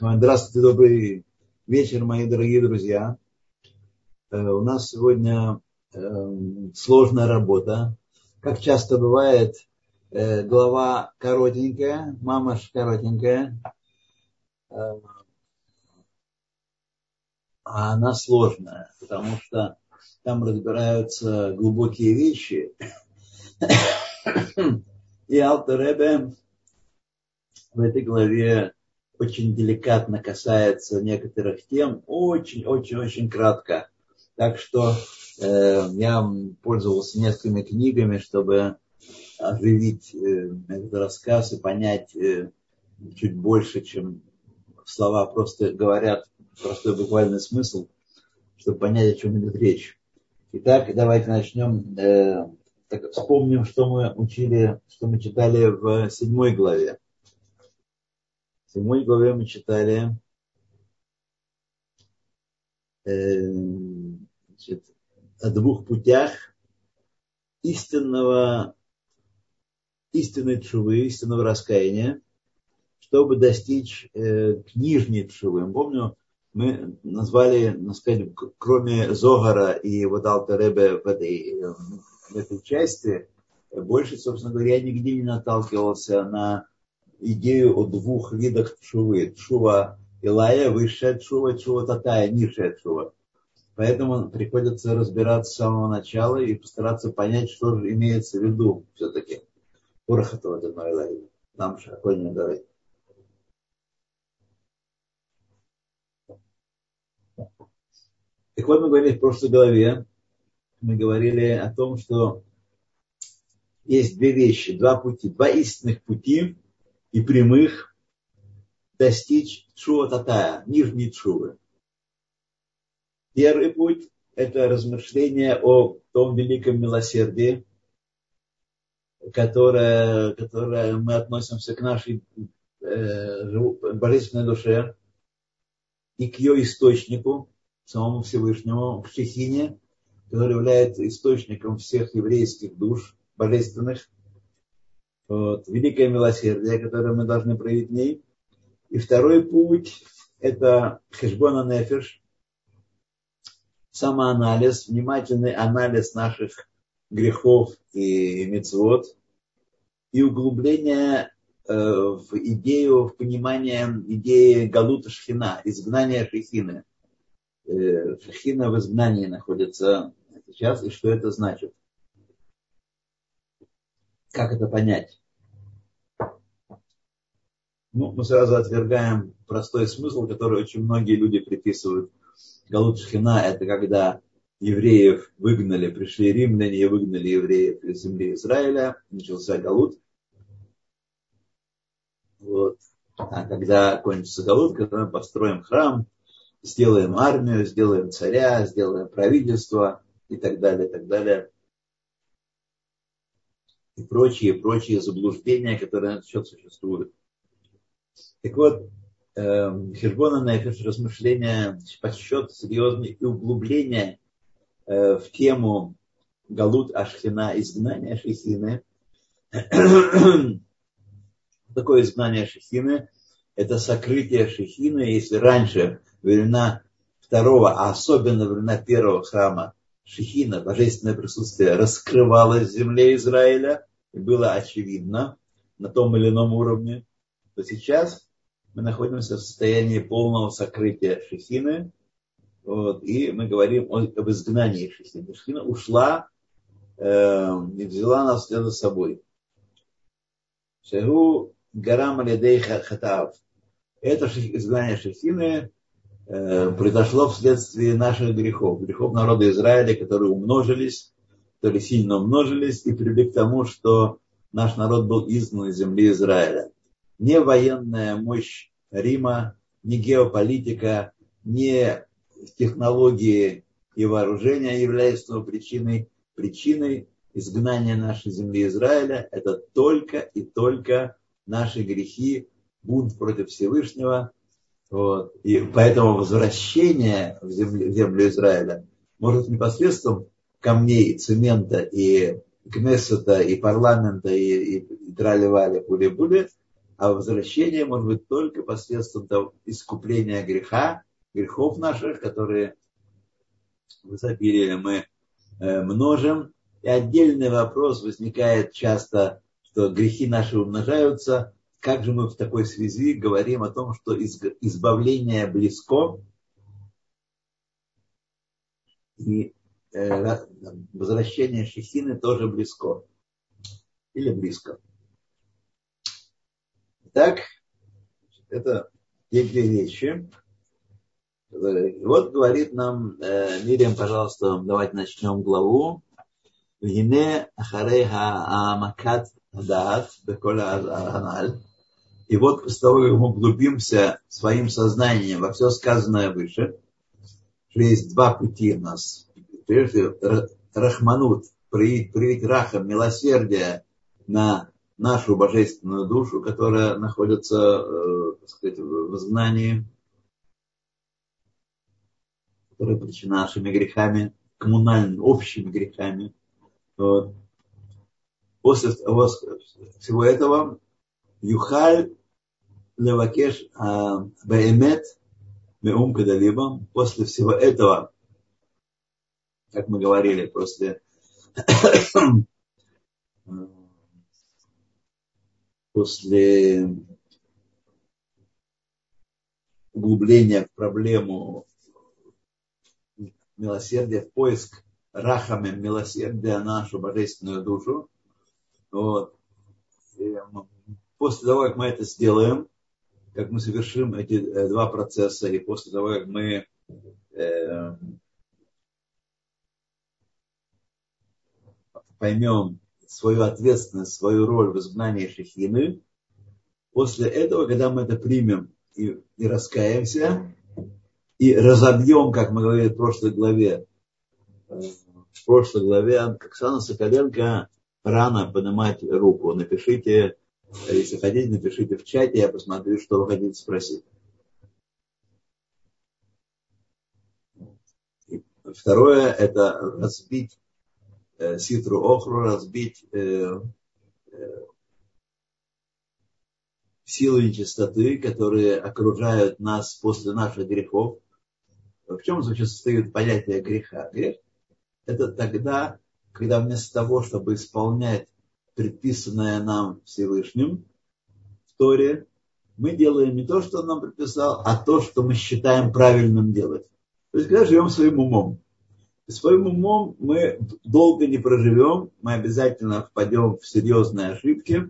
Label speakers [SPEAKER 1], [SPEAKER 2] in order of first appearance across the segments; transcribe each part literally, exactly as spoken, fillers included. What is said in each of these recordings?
[SPEAKER 1] Здравствуйте, добрый вечер, мои дорогие друзья. У нас сегодня сложная работа. Как часто бывает, глава коротенькая, мамаш коротенькая, а она сложная, потому что там разбираются глубокие вещи. И Алтер Ребе в этой главе очень деликатно касается некоторых тем, очень-очень-очень кратко. Так что э, я пользовался несколькими книгами, чтобы оживить э, этот рассказ и понять э, чуть больше, чем слова просто говорят, простой буквальный смысл, чтобы понять, о чем идет речь. Итак, давайте начнем. Э, так, вспомним, что мы учили, что мы читали в седьмой главе. В седьмой главе мы читали э, значит, о двух путях истинного, истинной тшувы, истинного раскаяния, чтобы достичь э, нижней тшувы. Помню, мы назвали, так сказать, кроме Зогара и вот Алтер Ребе в этой, в этой части, больше, собственно говоря, я нигде не наталкивался на идею о двух видах тшувы. Тшува Илая, высшая тшува, тшува Татая, низшая тшува. Поэтому приходится разбираться с самого начала и постараться понять, что же имеется в виду все-таки. Урахатова Илая. Нам шакольно давай. Так вот, мы говорили в прошлой главе, мы говорили о том, что есть две вещи, два пути, два истинных пути и прямых достичь тшува татая, нижней тшувы. Первый путь – это размышление о том великом милосердии, которое, которое мы относимся к нашей э, божественной душе и к ее источнику, самому Всевышнему, в Шехине, который является источником всех еврейских душ божественных. Вот. Великое милосердие, которое мы должны проявить в ней. И второй путь – это хешбон нефеш, самоанализ, внимательный анализ наших грехов и мицвот, и углубление э, в идею, в понимание идеи галута шхина, изгнания шехины. Э, шехина в изгнании находится сейчас, и что это значит? Как это понять? Ну, мы сразу отвергаем простой смысл, который очень многие люди приписывают. Галут шхина – это когда евреев выгнали, пришли римляне и выгнали евреев из земли Израиля, начался галут. Вот. А когда кончится галут, когда мы построим храм, сделаем армию, сделаем царя, сделаем правительство и так далее, и так далее. И прочие, прочие заблуждения, которые на этот счет существуют. Так вот, хешбон нефеш, размышления, подсчет серьезный и углубление э, в тему галут ашхина, изгнания шехины. Такое изгнание шехины – это сокрытие шехины. Если раньше, во времена второго, а особенно во времена первого храма, шехина, божественное присутствие, раскрывалось в земле Израиля и было очевидно на том или ином уровне, то сейчас мы находимся в состоянии полного сокрытия шехины, вот, и мы говорим о, об изгнании шехины. Шехина ушла э, и взяла нас за собой. Шеху гарам алидей хатав. Это изгнание шехины э, произошло вследствие наших грехов, грехов народа Израиля, которые умножились, которые сильно умножились и привели к тому, что наш народ был изгнан из земли Израиля. Не военная мощь Рима, не геополитика, не технологии и вооружения являются причиной, причиной изгнания нашей земли Израиля. Это только и только наши грехи, бунт против Всевышнего. Вот. И поэтому возвращение в землю, в землю Израиля может не посредством камней, цемента и кнессета, и парламента, и, и, и трали-вали, пули-пули, А возвращение может быть только посредством того искупления греха, грехов наших, которые в изобилии мы э, множим. И отдельный вопрос возникает часто, что грехи наши умножаются. Как же мы в такой связи говорим о том, что избавление близко и э, возвращение Шехины тоже близко или близко. Так, это те две вещи. И вот говорит нам э, Мирьям, пожалуйста, давайте начнем главу. Вине ахарей хаамакат даат беколь аналь. И вот после того, как мы углубимся своим сознанием во все сказанное выше, что есть два пути у нас. Прежде рахманут, проявить рахам, милосердие на нашу божественную душу, которая находится, э, так сказать, в изгнании, которая причина нашими грехами, коммунальными, общими грехами. Вот. После всего этого юхаль левакеш баэмет меум кадалибам. После всего этого, как мы говорили, после после углубления в проблему милосердия, в поиск рахами милосердия на нашу божественную душу. Вот. И после того, как мы это сделаем, как мы совершим эти два процесса, и после того, как мы э, поймем свою ответственность, свою роль в изгнании Шехины, после этого, когда мы это примем и, и раскаемся, и разобьем, как мы говорили в прошлой главе, в прошлой главе Оксана Соколенко рано поднимать руку. Напишите, если хотите, напишите в чате, я посмотрю, что вы хотите спросить. И второе, это разбить э, ситру охру, разбить э, э, силы нечистоты, которые окружают нас после наших грехов. В чем вообще состоит понятие греха? Грех – это тогда, когда вместо того, чтобы исполнять предписанное нам Всевышним в Торе, мы делаем не то, что он нам предписал, а то, что мы считаем правильным делать. То есть, когда живем своим умом. И своим умом мы долго не проживем, мы обязательно впадем в серьезные ошибки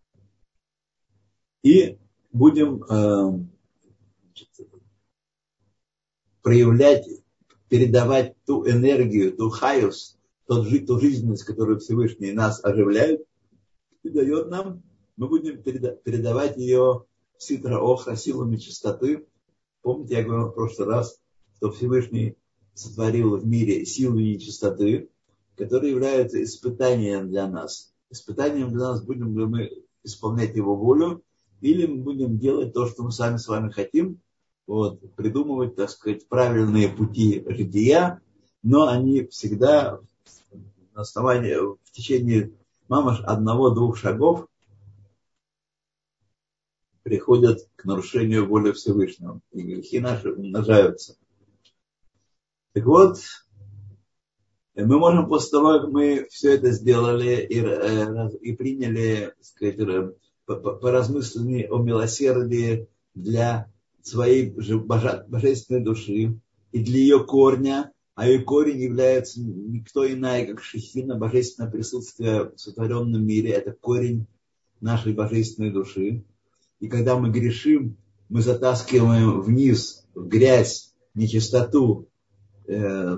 [SPEAKER 1] и будем э, проявлять, передавать ту энергию, ту хайус, тот, ту жизненность, которую Всевышний нас оживляет и дает нам, мы будем передавать ее в ситра охра, силами чистоты. Помните, я говорил в прошлый раз, что Всевышний сотворил в мире силы нечистоты, которые являются испытанием для нас. Испытанием для нас, будем ли мы исполнять его волю, или мы будем делать то, что мы сами с вами хотим, вот, придумывать, так сказать, правильные пути жития, но они всегда на основании, в течение, мамаш, одного-двух шагов приходят к нарушению воли Всевышнего. И грехи наши умножаются. Так вот, мы можем после того, как мы все это сделали и, и приняли, так сказать, поразмыслили о милосердии для своей божественной души и для ее корня, а ее корень является никто иной, как Шехина, божественное присутствие в сотворенном мире, это корень нашей божественной души. И когда мы грешим, мы затаскиваем вниз, в грязь, нечистоту, э,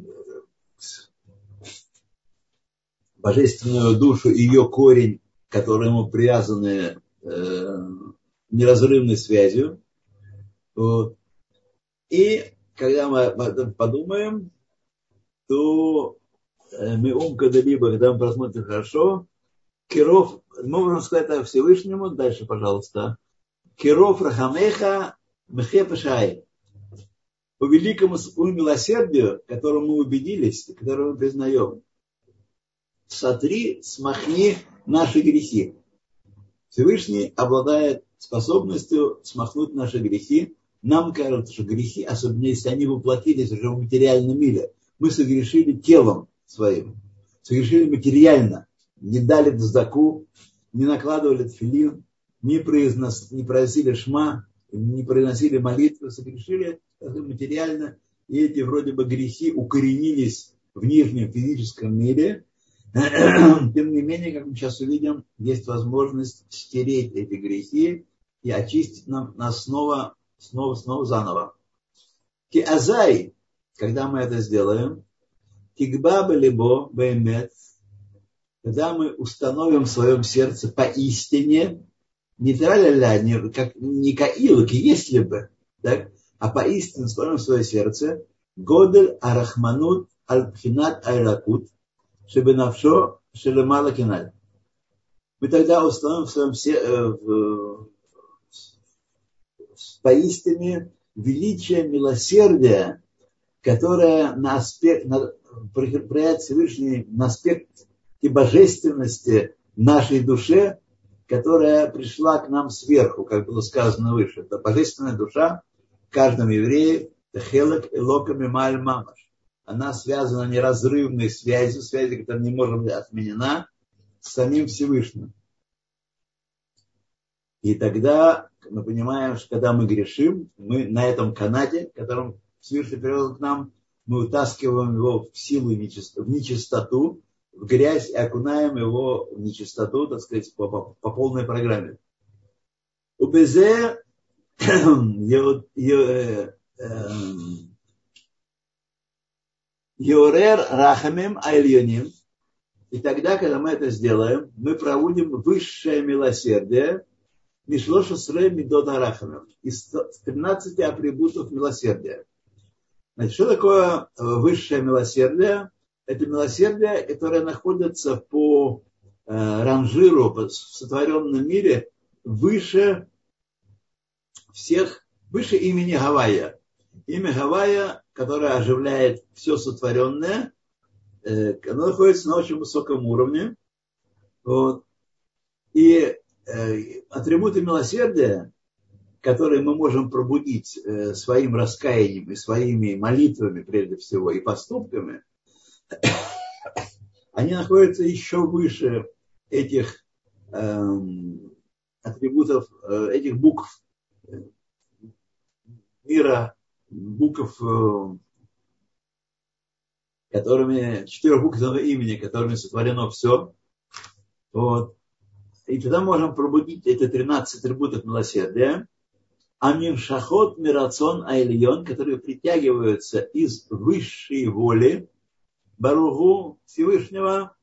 [SPEAKER 1] божественную душу, ее корень, к которому привязаны э, неразрывной связью. Вот. И когда мы об этом подумаем, то э, мы ум когда-либо, когда мы посмотрим хорошо, Киров, мы можем сказать о Всевышнему, дальше, пожалуйста. Киров рахамеха мехе пешай. По великому своему милосердию, которому мы убедились, которому мы признаем, сотри, смахни наши грехи. Всевышний обладает способностью смахнуть наши грехи. Нам кажется, что грехи, особенно если они воплотились уже в материальном мире, мы согрешили телом своим, согрешили материально, не дали цдаку, не накладывали тфилин, не, произнос, не произносили шма, не произносили молитвы, согрешили материально, и эти вроде бы грехи укоренились в нижнем физическом мире. Тем не менее, как мы сейчас увидим, есть возможность стереть эти грехи и очистить нам, нас снова, снова, снова заново. Киазай, когда мы это сделаем, тикба либо бэмет, когда мы установим в своем сердце поистине, не траля-ля, не, как, не каилки, если бы, так, а поистине установим в свое сердце, годель арахманут аль-пхинат аль-ракут, чтобы навшо шелемала киналь. Мы тогда установим в своем сердце поистине величие милосердия, которое на аспект, на, проявляет Всевышний на аспекте божественности нашей душе, которая пришла к нам сверху, как было сказано выше. Это божественная душа в каждом еврее, хелек элоками маль мамаш. Она связана неразрывной связью, связью, которая не может быть отменена, с самим Всевышним. И тогда мы понимаем, что когда мы грешим, мы на этом канате, которым Всевышний привел к нам, мы утаскиваем его в силу, в нечистоту, в грязь и окунаем его в нечистоту, так сказать, по, по, по полной программе. У Безе Йорер Рахамим Айльоним. И тогда, когда мы это сделаем, мы проводим высшее милосердие Мишлоша Срей Мидода Рахамим из тринадцати атрибутов милосердия. Значит, что такое высшее милосердие? Это милосердие, которое находится по э, ранжиру в сотворенном мире выше всех, выше имени Гавайя. Имя Гавайя, которое оживляет все сотворенное, э, оно находится на очень высоком уровне. Вот. И э, атрибуты милосердия, которые мы можем пробудить э, своим раскаянием и своими молитвами, прежде всего, и поступками, они находятся еще выше этих э, атрибутов, э, этих букв мира, букв, э, которыми, четырех буквенного имени, которыми сотворено все. Вот. И тогда можем пробудить эти тринадцать атрибутов милосердия. Амим шахот мирацон айльон, которые притягиваются из высшей воли Баругу Всевышнего,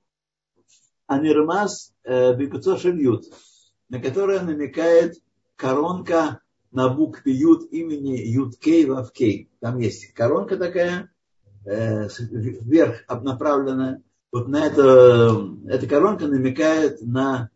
[SPEAKER 1] Амирмас Бикуцо Шельют, на которое намекает коронка на букве Ют имени Юткей Вавкей. Там есть коронка такая, э, вверх направленная. Вот на это, эта коронка намекает на,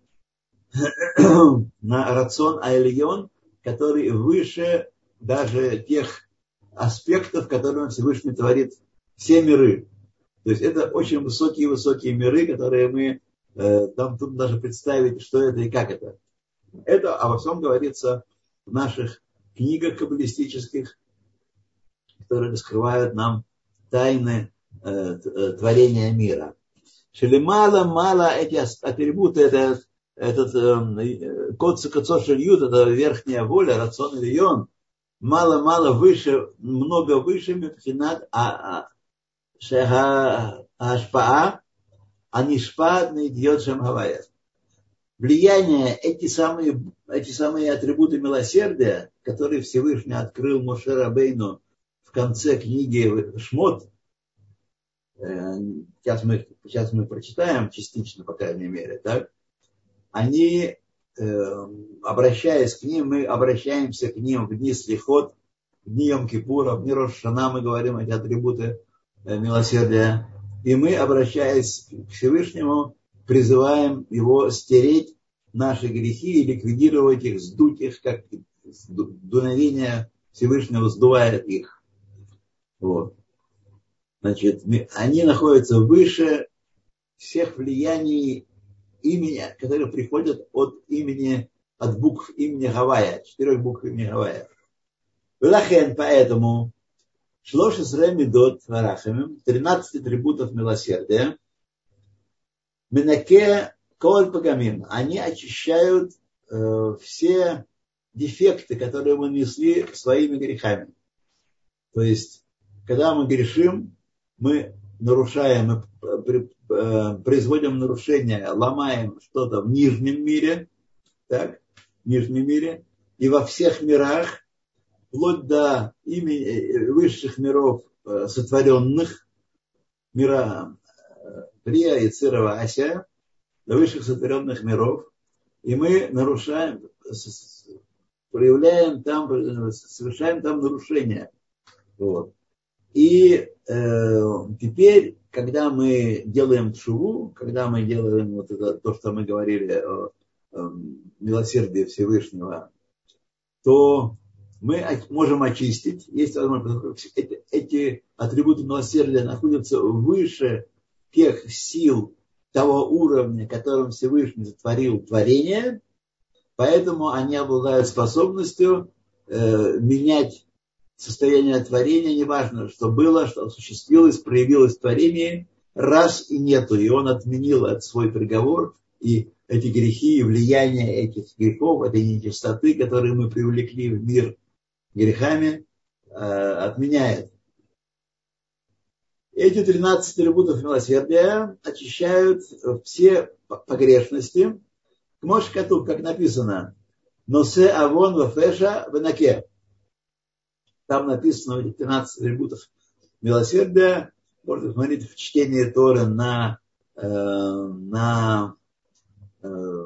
[SPEAKER 1] на рацион Айльон, который выше даже тех аспектов, которые Всевышний творит все миры. То есть это очень высокие-высокие миры, которые мы э, там тут даже представить, что это и как это. Это обо всем говорится в наших книгах каббалистических, которые раскрывают нам тайны э, творения мира. Шелемала-мала эти атрибуты, это, этот э, код Кацошельют, это верхняя воля, рацион ильон, мало-мало выше, много выше мепхинат, а Ашпаа, Анишпад, Идиот Шамхавая. Влияние, эти самые, эти самые атрибуты милосердия, которые Всевышний открыл Моше Рабейну в конце книги Шмот, сейчас мы, сейчас мы прочитаем частично, по крайней мере, так, они, обращаясь к ним, мы обращаемся к ним в дни Слихот, в дни Йом-Кипура, в дни Рош Шана, мы говорим эти атрибуты милосердия. И мы, обращаясь к Всевышнему, призываем его стереть наши грехи и ликвидировать их, сдуть их, как дуновение Всевышнего сдувает их. Вот. Значит, они находятся выше всех влияний имени, которые приходят от имени, от букв имени Гавая, четырех букв имени Гавая. Велахен, поэтому Шлош Исрей Медот Варахамим, тринадцать атрибутов милосердия, Менаке Коль Пагамим, они очищают э, все дефекты, которые мы несли своими грехами. То есть, когда мы грешим, мы нарушаем, мы производим нарушения, ломаем что-то в нижнем мире, так, в нижнем мире, и во всех мирах, вплоть до имени высших миров сотворенных, мира Брия и Цирова Ася, до высших сотворенных миров, и мы нарушаем, проявляем там, совершаем там нарушения. Вот. И э, теперь, когда мы делаем тшуву, когда мы делаем вот это, то, что мы говорили о, о милосердии Всевышнего, то мы можем очистить. Есть возможность, эти, эти атрибуты милосердия находятся выше тех сил того уровня, которым Всевышний сотворил творение, поэтому они обладают способностью э, менять состояние творения, неважно, что было, что осуществилось, проявилось в творении, раз и нету. И он отменил от свой приговор, и эти грехи, и влияние этих грехов, этой нечистоты, которые мы привлекли в мир грехами, отменяет. Эти тринадцать атрибутов милосердия очищают все погрешности. Кмошкату, как написано, носе авон вафеша венаке. Там написано в этих тринадцати атрибутах милосердия. Можно смотреть в чтении Торы на, э, на э,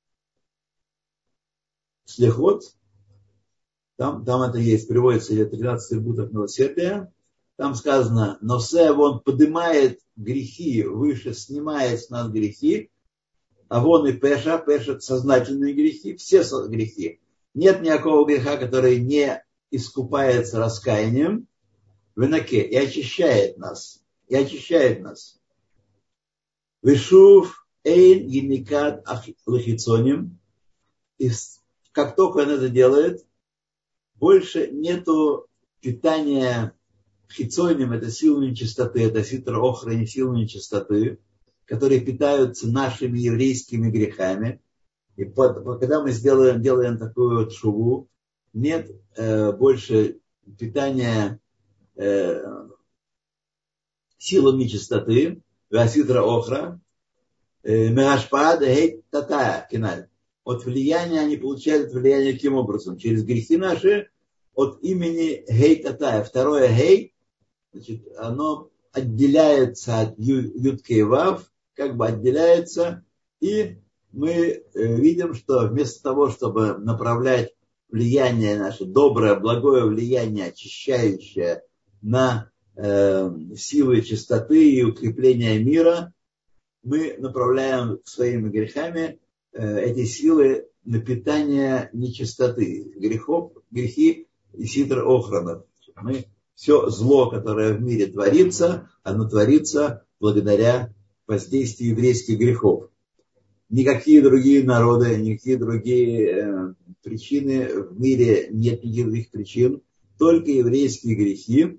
[SPEAKER 1] слихот. Там, там это есть, приводится эти тринадцать атрибутов милосердия. Там сказано, носе, он поднимает грехи выше, снимает с нас грехи. А вон и пеша, пеша сознательные грехи, все грехи. Нет никакого греха, который не искупается раскаянием в инаке и очищает нас. И очищает нас. Вишув эйн геникат лахицоним. И как только он это делает, больше нету питания хицоним, это силами нечистоты, это ситра охра, не силами нечистоты, которые питаются нашими еврейскими грехами. И под, когда мы сделаем, делаем такую вот шуву, нет э, больше питания э, силами нечистоты, васитра охра, меашпаада хейт татая киналь. От влияния они получают влияние каким образом? Через грехи наши от имени хей татая. Второе хей, значит, оно отделяется от юткей вав, как бы отделяется, и мы видим, что вместо того, чтобы направлять влияние наше, доброе, благое влияние, очищающее на э, силы чистоты и укрепления мира, мы направляем своими грехами э, эти силы на питание нечистоты, грехов, грехи и сидр охранов. Мы все зло, которое в мире творится, оно творится благодаря воздействию еврейских грехов. Никакие другие народы, никакие другие э, причины в мире, нет никаких других причин, только еврейские грехи,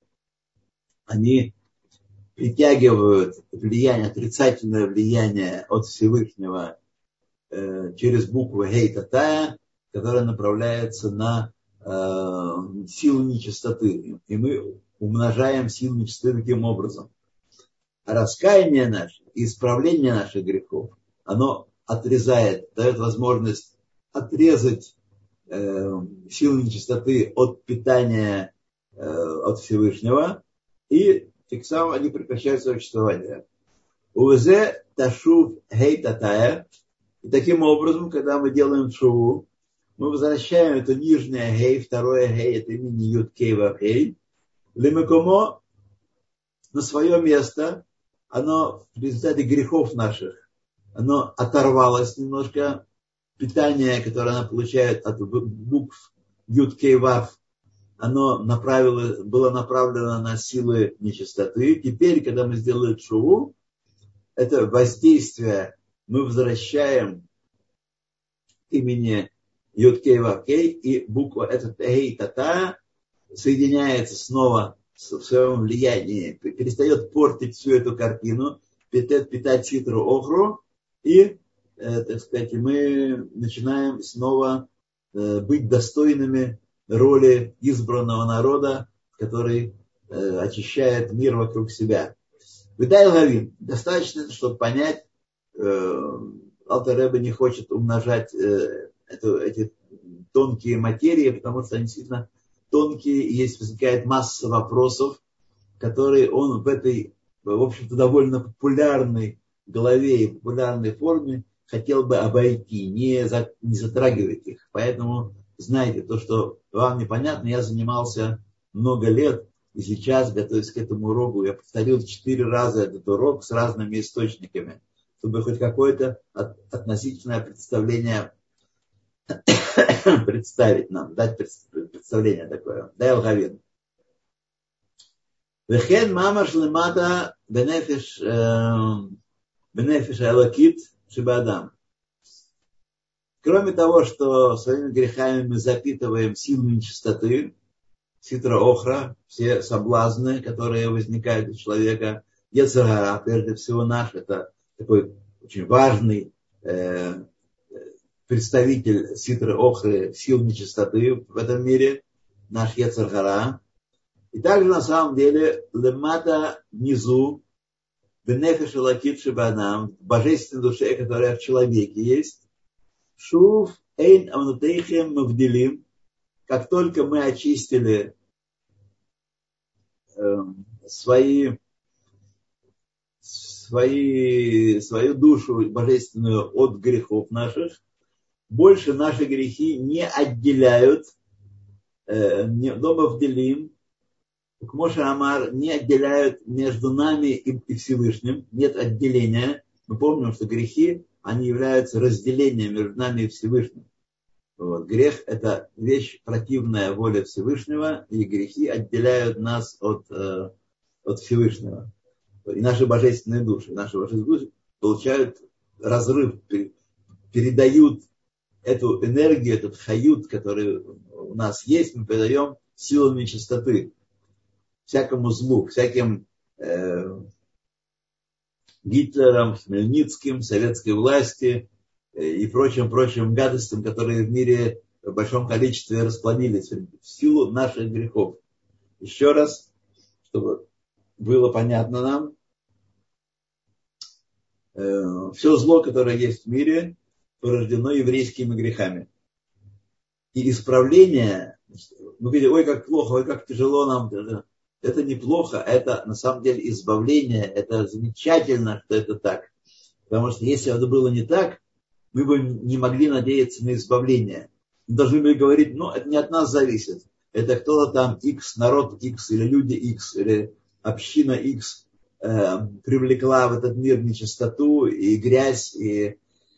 [SPEAKER 1] они притягивают влияние, отрицательное влияние от Всевышнего э, через букву Гей Татая, которая направляется на э, силу нечистоты. И мы умножаем силу нечистоты таким образом. А раскаяние наше, исправление наших грехов, оно отрезает, дает возможность отрезать э, силу нечистоты от питания э, от Всевышнего, и тем самым они прекращают свое существование. Узе ташув хей татая. И таким образом, когда мы делаем шуву, мы возвращаем это нижнее хей, второе хей, это имени ют кей ва хей, лемекомо на свое место. Оно в результате грехов наших, оно оторвалось немножко, питание, которое оно получает от букв ют кей вав, оно направило, было направлено на силы нечистоты. Теперь, когда мы сделаем шуву, это воздействие мы возвращаем имени Йод-Кей Вав-Кей, и буква этот Эй Тата соединяется снова в своем влиянии, перестает портить всю эту картину, питать, питать ситру охру, и, э, так сказать, мы начинаем снова э, быть достойными роли избранного народа, который э, очищает мир вокруг себя. Выдай Лавин. Достаточно, чтобы понять, э, Алтер Ребе не хочет умножать э, эту, эти тонкие материи, потому что они действительно тонкие, и есть возникает масса вопросов, которые он в этой, в общем-то, довольно популярной голове и популярной форме хотел бы обойти, не, за, не затрагивать их. Поэтому, знаете, то, что вам непонятно, я занимался много лет, и сейчас, готовясь к этому уроку, я повторил четыре раза этот урок с разными источниками, чтобы хоть какое-то от, относительное представление представить нам, дать представление такое. Дай алгавин. Вехен мамаш лемата бенефиш бенефиш элокит шибадам. Кроме того, что своими грехами мы запитываем силу нечистоты, ситра охра, все соблазны, которые возникают у человека, йецер гара, прежде всего наш, это такой очень важный э, представитель ситры охры, сил нечистоты в этом мире, наш йецер гара. И также на самом деле лемата внизу, бенефиш элокит шибадам, в божественной душе, которая в человеке есть, шув эйн амнутейхем мавделим, как только мы очистили э, свои, свои, свою душу божественную от грехов наших, больше наши грехи не отделяют, э, не, но мавделим, как Моше Амар, не отделяют между нами и, и Всевышним, нет отделения. Мы помним, что грехи, они являются разделением между нами и Всевышним. Вот. Грех – это вещь, противная воле Всевышнего, и грехи отделяют нас от, э, от Всевышнего. И наши божественные души, наши божественные души получают разрыв, передают эту энергию, этот хают, который у нас есть, мы передаем силами чистоты, всякому злу, всяким э, Гитлером, Хмельницким, советской власти и прочим-прочим гадостям, которые в мире в большом количестве расплодились в силу наших грехов. Еще раз, чтобы было понятно нам, все зло, которое есть в мире, порождено еврейскими грехами. И исправление, мы говорим, ой, как плохо, ой, как тяжело нам. Это неплохо, это на самом деле избавление, это замечательно, что это так. Потому что если это было не так, мы бы не могли надеяться на избавление. Мы должны были говорить, ну, это не от нас зависит. Это кто-то там X, народ X, или люди X, или община X э, привлекла в этот мир нечистоту и грязь, и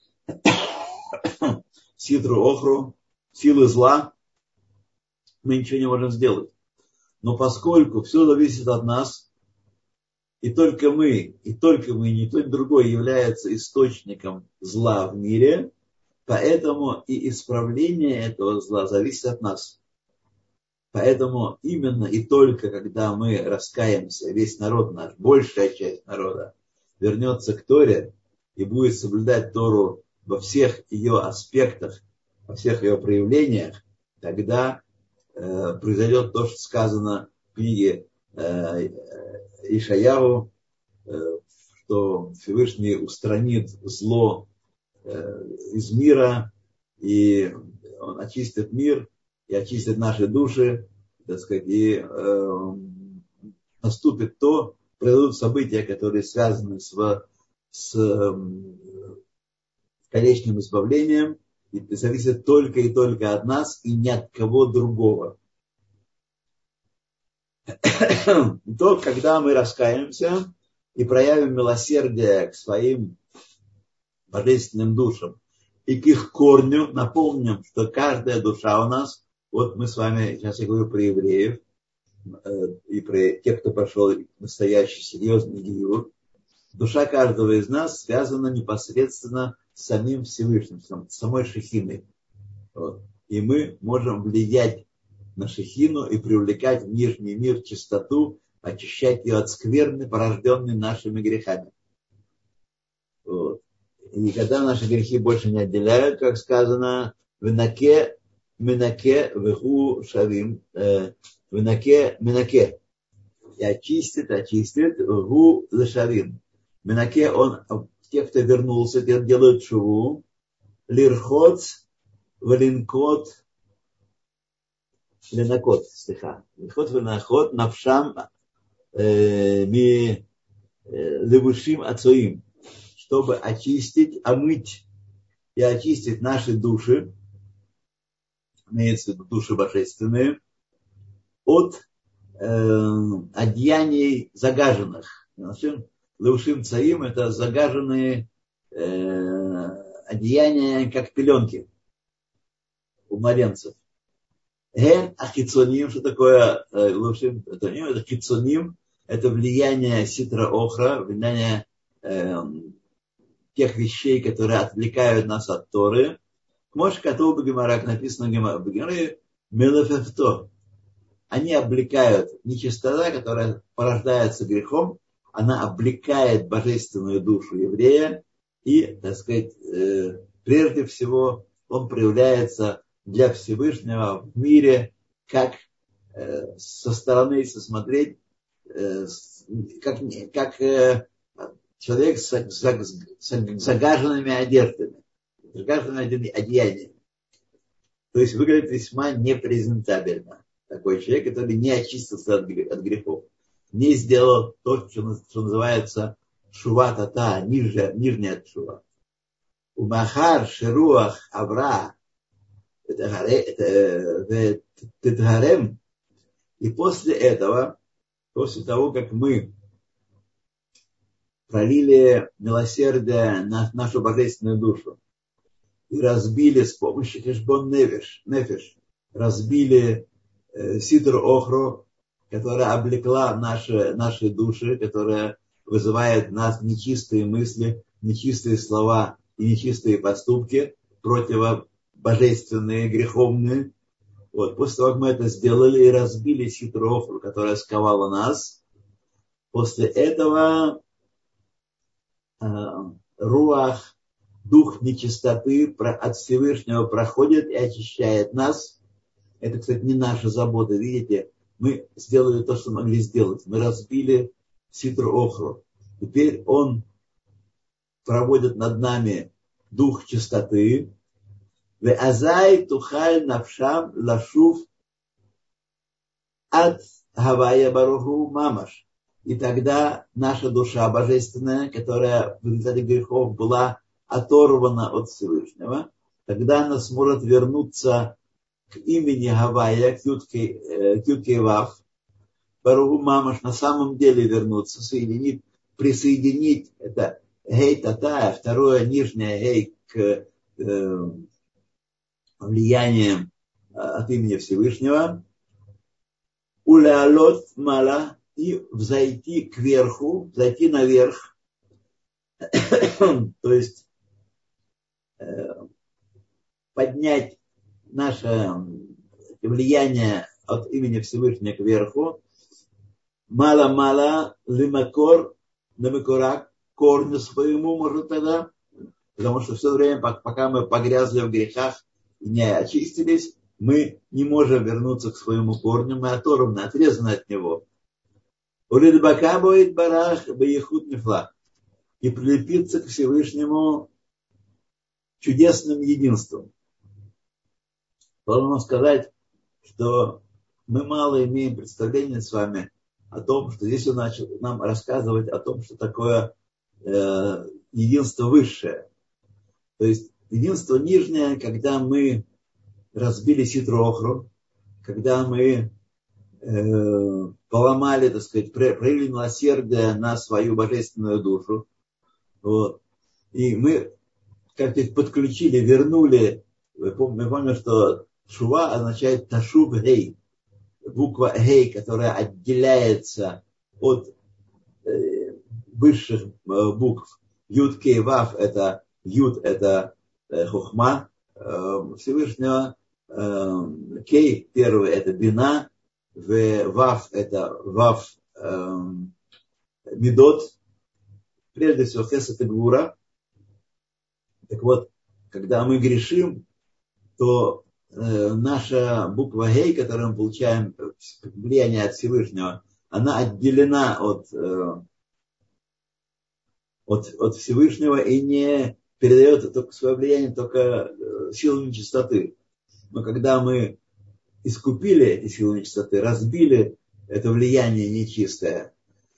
[SPEAKER 1] ситру охру, силы зла. Мы ничего не можем сделать. Но поскольку все зависит от нас, и только мы, и только мы, никто другой является источником зла в мире, поэтому и исправление этого зла зависит от нас. Поэтому именно и только когда мы раскаемся, весь народ наш, большая часть народа, вернется к Торе и будет соблюдать Тору во всех ее аспектах, во всех ее проявлениях, тогда э, произойдет то, что сказано в книге э, Ишаяху, что Всевышний устранит зло из мира, и он очистит мир, и очистит наши души, так сказать, и э, наступит то, произойдут события, которые связаны с, с э, конечным избавлением, и зависит только и только от нас, и ни от кого другого. То, когда мы раскаемся и проявим милосердие к своим божественным душам и к их корню, напомним, что каждая душа у нас, вот мы с вами, сейчас я говорю про евреев, и про тех, кто прошел настоящий серьезный гиюр, душа каждого из нас связана непосредственно с самим Всевышним, с самой Шехиной. Вот. И мы можем влиять на Шехину и привлекать в нижний мир чистоту, очищать ее от скверны, порожденной нашими грехами. Вот. И никогда наши грехи больше не отделяют, как сказано, «Венаке, минаке, веху шавим», «Венаке, минаке». И очистит, очистит, «Веху лешавим». Минаке, он, те, кто вернулся, те делают шуву, лирхоц, валинкот, ленакот, стиха. Лирхот, валинкот, навшам, ми, левушим, ацоим. Чтобы очистить, омыть и очистить наши души, имеется в виду души божественные, от э, одеяний загаженных. Леушим цаим — это загаженные э, одеяния, как пеленки у младенцев. Ген ахицоним, что такое э, леушим? Это, это хицоним, это влияние ситра охра, влияние э, тех вещей, которые отвлекают нас от Торы. Мош катол б'гемара, написано в Гемаре, мелефефто. Они облекают нечистота, которая порождается грехом, она облекает божественную душу еврея, и, так сказать, э, прежде всего он проявляется для Всевышнего в мире, как э, со стороны, если смотреть, э, как, как э, человек с, с, с загаженными одеждами, загаженными одеяниями. То есть выглядит весьма непрезентабельно. Такой человек, который не очистился от, от грехов, не сделал то, что, что называется шува тата, нижняя, нижняя шува. Умахар шируах авра тетгарем. И после этого, после того, как мы пролили милосердие на нашу божественную душу и разбили с помощью хешбон нефеш, нефеш разбили э, ситр охру, которая облекла наши, наши души, которая вызывает в нас нечистые мысли, нечистые слова и нечистые поступки, противобожественные, греховные. Вот. После того, как мы это сделали и разбили ситр охру, которая сковала нас, после этого руах, дух нечистоты от Всевышнего проходит и очищает нас. Это, кстати, не наша забота. Видите, мы сделали то, что могли сделать. Мы разбили ситр охру. Теперь он проводит над нами дух чистоты. Веазай тухаль навшам лашув от гавая баруху мамаш. И тогда наша душа божественная, которая в результате грехов была оторвана от Всевышнего, тогда она сможет вернуться к имени Гавайя, к Ютке Вав, Баруху Мамаш, на самом деле вернуться, соединить, присоединить это Гей Татая, второе нижнее Гей к э, влияниям от имени Всевышнего, Улеалот Мала, и взойти кверху, взойти наверх, то есть э, поднять наше влияние от имени Всевышнего кверху, мало-мало лимакор, лимакора, корню своему, может тогда, потому что все время, пока мы погрязли в грехах и не очистились, мы не можем вернуться к своему корню, мы оторваны, отрезаны от него. Улидбака будет барах бейхут нефла. И прилепиться к Всевышнему чудесным единством. Должен сказать, что мы мало имеем представления с вами о том, что здесь он начал нам рассказывать о том, что такое э, единство высшее. То есть единство нижнее, когда мы разбили ситр охру, когда мы э, поломали, так сказать, проявили милосердие на свою божественную душу. Вот. И мы как-то их подключили, вернули. Мы помним, что шува означает ташуб гей. Буква гей, которая отделяется от, высших букв. Юд, Кей, Вав, это Юд, это Хохма Всевышнего. Кей, первый, это Бина. Вав, это Вав Медот. Прежде всего, Хесед и Гвура. Так вот, когда мы грешим, то э, наша буква Гей, которую мы получаем влияние от Всевышнего, она отделена от, э, от, от Всевышнего и не передает только свое влияние только э, силами нечистоты. Но когда мы искупили эти силы нечистоты, разбили это влияние нечистое,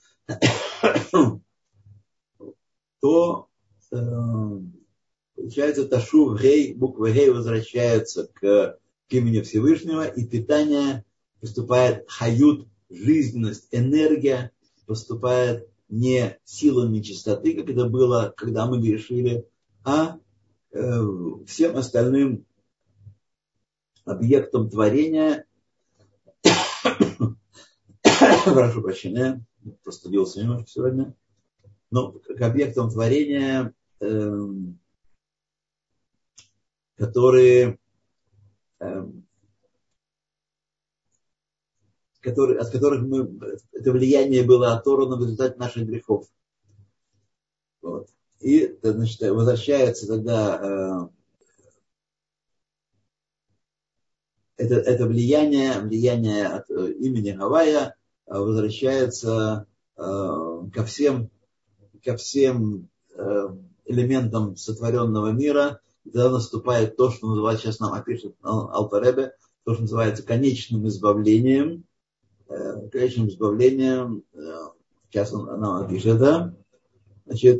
[SPEAKER 1] то э, получается, Ташув, Гей, буква Гей возвращается к, к имени Всевышнего, и питание поступает хают, жизненность, энергия поступает не силой нечистоты, как это было, когда мы грешили, а э, всем остальным объектом творения. Прошу прощения, простудился немножко сегодня. Но к объектам творения, э, которые, э, которые, от которых мы, это влияние было оторвано в результате наших грехов. Вот. И, значит, возвращается тогда э, это, это влияние, влияние от э, имени Гавая э, возвращается э, ко всем, ко всем э, элементам сотворенного мира. И тогда наступает то, что называется, сейчас нам опишет Алтер Ребе, то, что называется конечным избавлением. Э, конечным избавлением, э, сейчас он нам опишет это. Значит,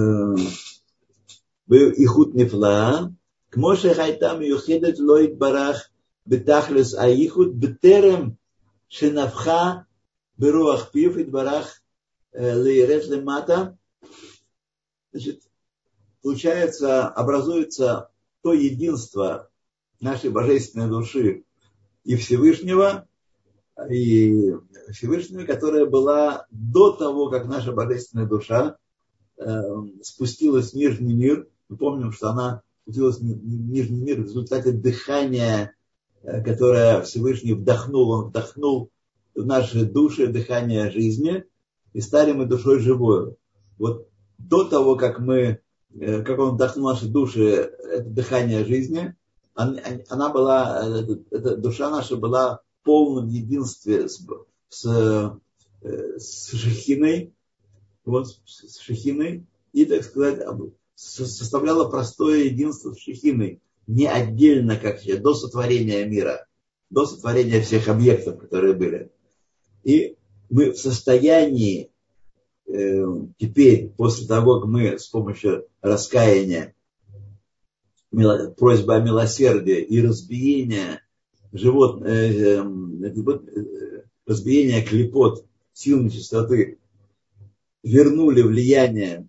[SPEAKER 1] Ихут Нефла, Кмоше Хайтам Юхидет Лоид Барах, Бетахлес Аихут, Бетерем Шенавха, Беруах Пив, Идбарах Лейреш Лемата. Значит, получается, образуется то единство нашей божественной души и Всевышнего, и Всевышнего, которая была до того, как наша божественная душа э, спустилась в нижний мир. Мы помним, что она спустилась в нижний мир в результате дыхания, э, которое Всевышний вдохнул. Он вдохнул в наши души дыхание жизни, и стали мы душой живой. Вот до того, как мы, э, как он вдохнул в наши души это дыхание жизни, она, она была, эта душа наша была в полном единстве с, с, с Шехиной, вот, с Шехиной, и, так сказать, составляла простое единство с Шехиной, не отдельно, как сейчас, до сотворения мира, до сотворения всех объектов, которые были. И мы в состоянии э, теперь, после того, как мы с помощью раскаяния, просьба о милосердии и разбиения живот, э, э, разбиения клепот сил нечистоты вернули влияние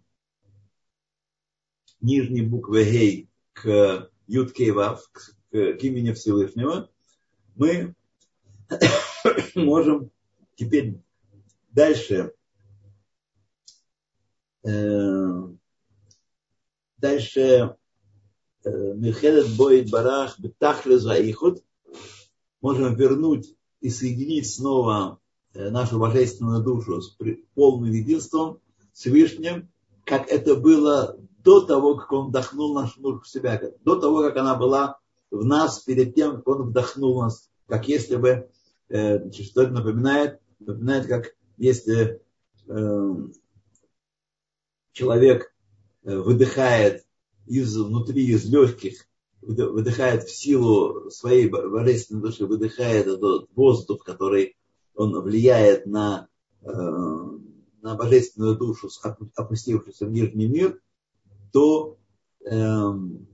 [SPEAKER 1] нижней буквы Гей к Юд Кей Вав, к, к имени Всевышнего, мы можем теперь дальше э, дальше Михедет Боид Барах Бетахлес Аихут, можем вернуть и соединить снова нашу божественную душу с полным единством Всевышним, как это было до того, как он вдохнул нашу душу в себя, до того, как она была в нас, перед тем, как он вдохнул нас, как если бы, э, что это напоминает, напоминает, как если э, человек выдыхает из, внутри, из легких, выдыхает в силу своей божественной души, выдыхает этот воздух, который он влияет на, э, на божественную душу, опустившуюся в нижний мир, то, э,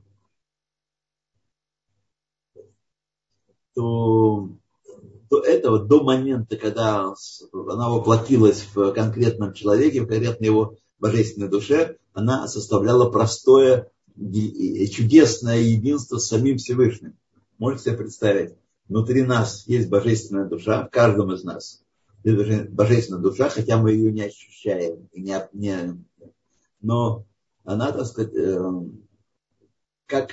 [SPEAKER 1] то, то этого до момента, когда она воплотилась в конкретном человеке, в конкретной его божественной душе, она составляла простое чудесное единство с самим Всевышним. Можете себе представить, внутри нас есть божественная душа, в каждом из нас. божественная душа, хотя мы ее не ощущаем, и не, не, но она, так сказать, как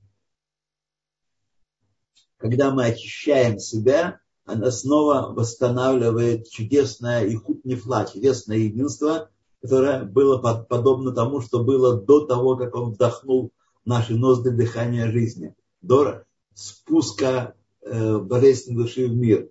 [SPEAKER 1] когда мы очищаем себя, она снова восстанавливает чудесное ихут нефла, чудесное единство, которое было подобно тому, что было до того, как он вдохнул наши ноздри дыхания жизни, до спуска э, божественной души в мир.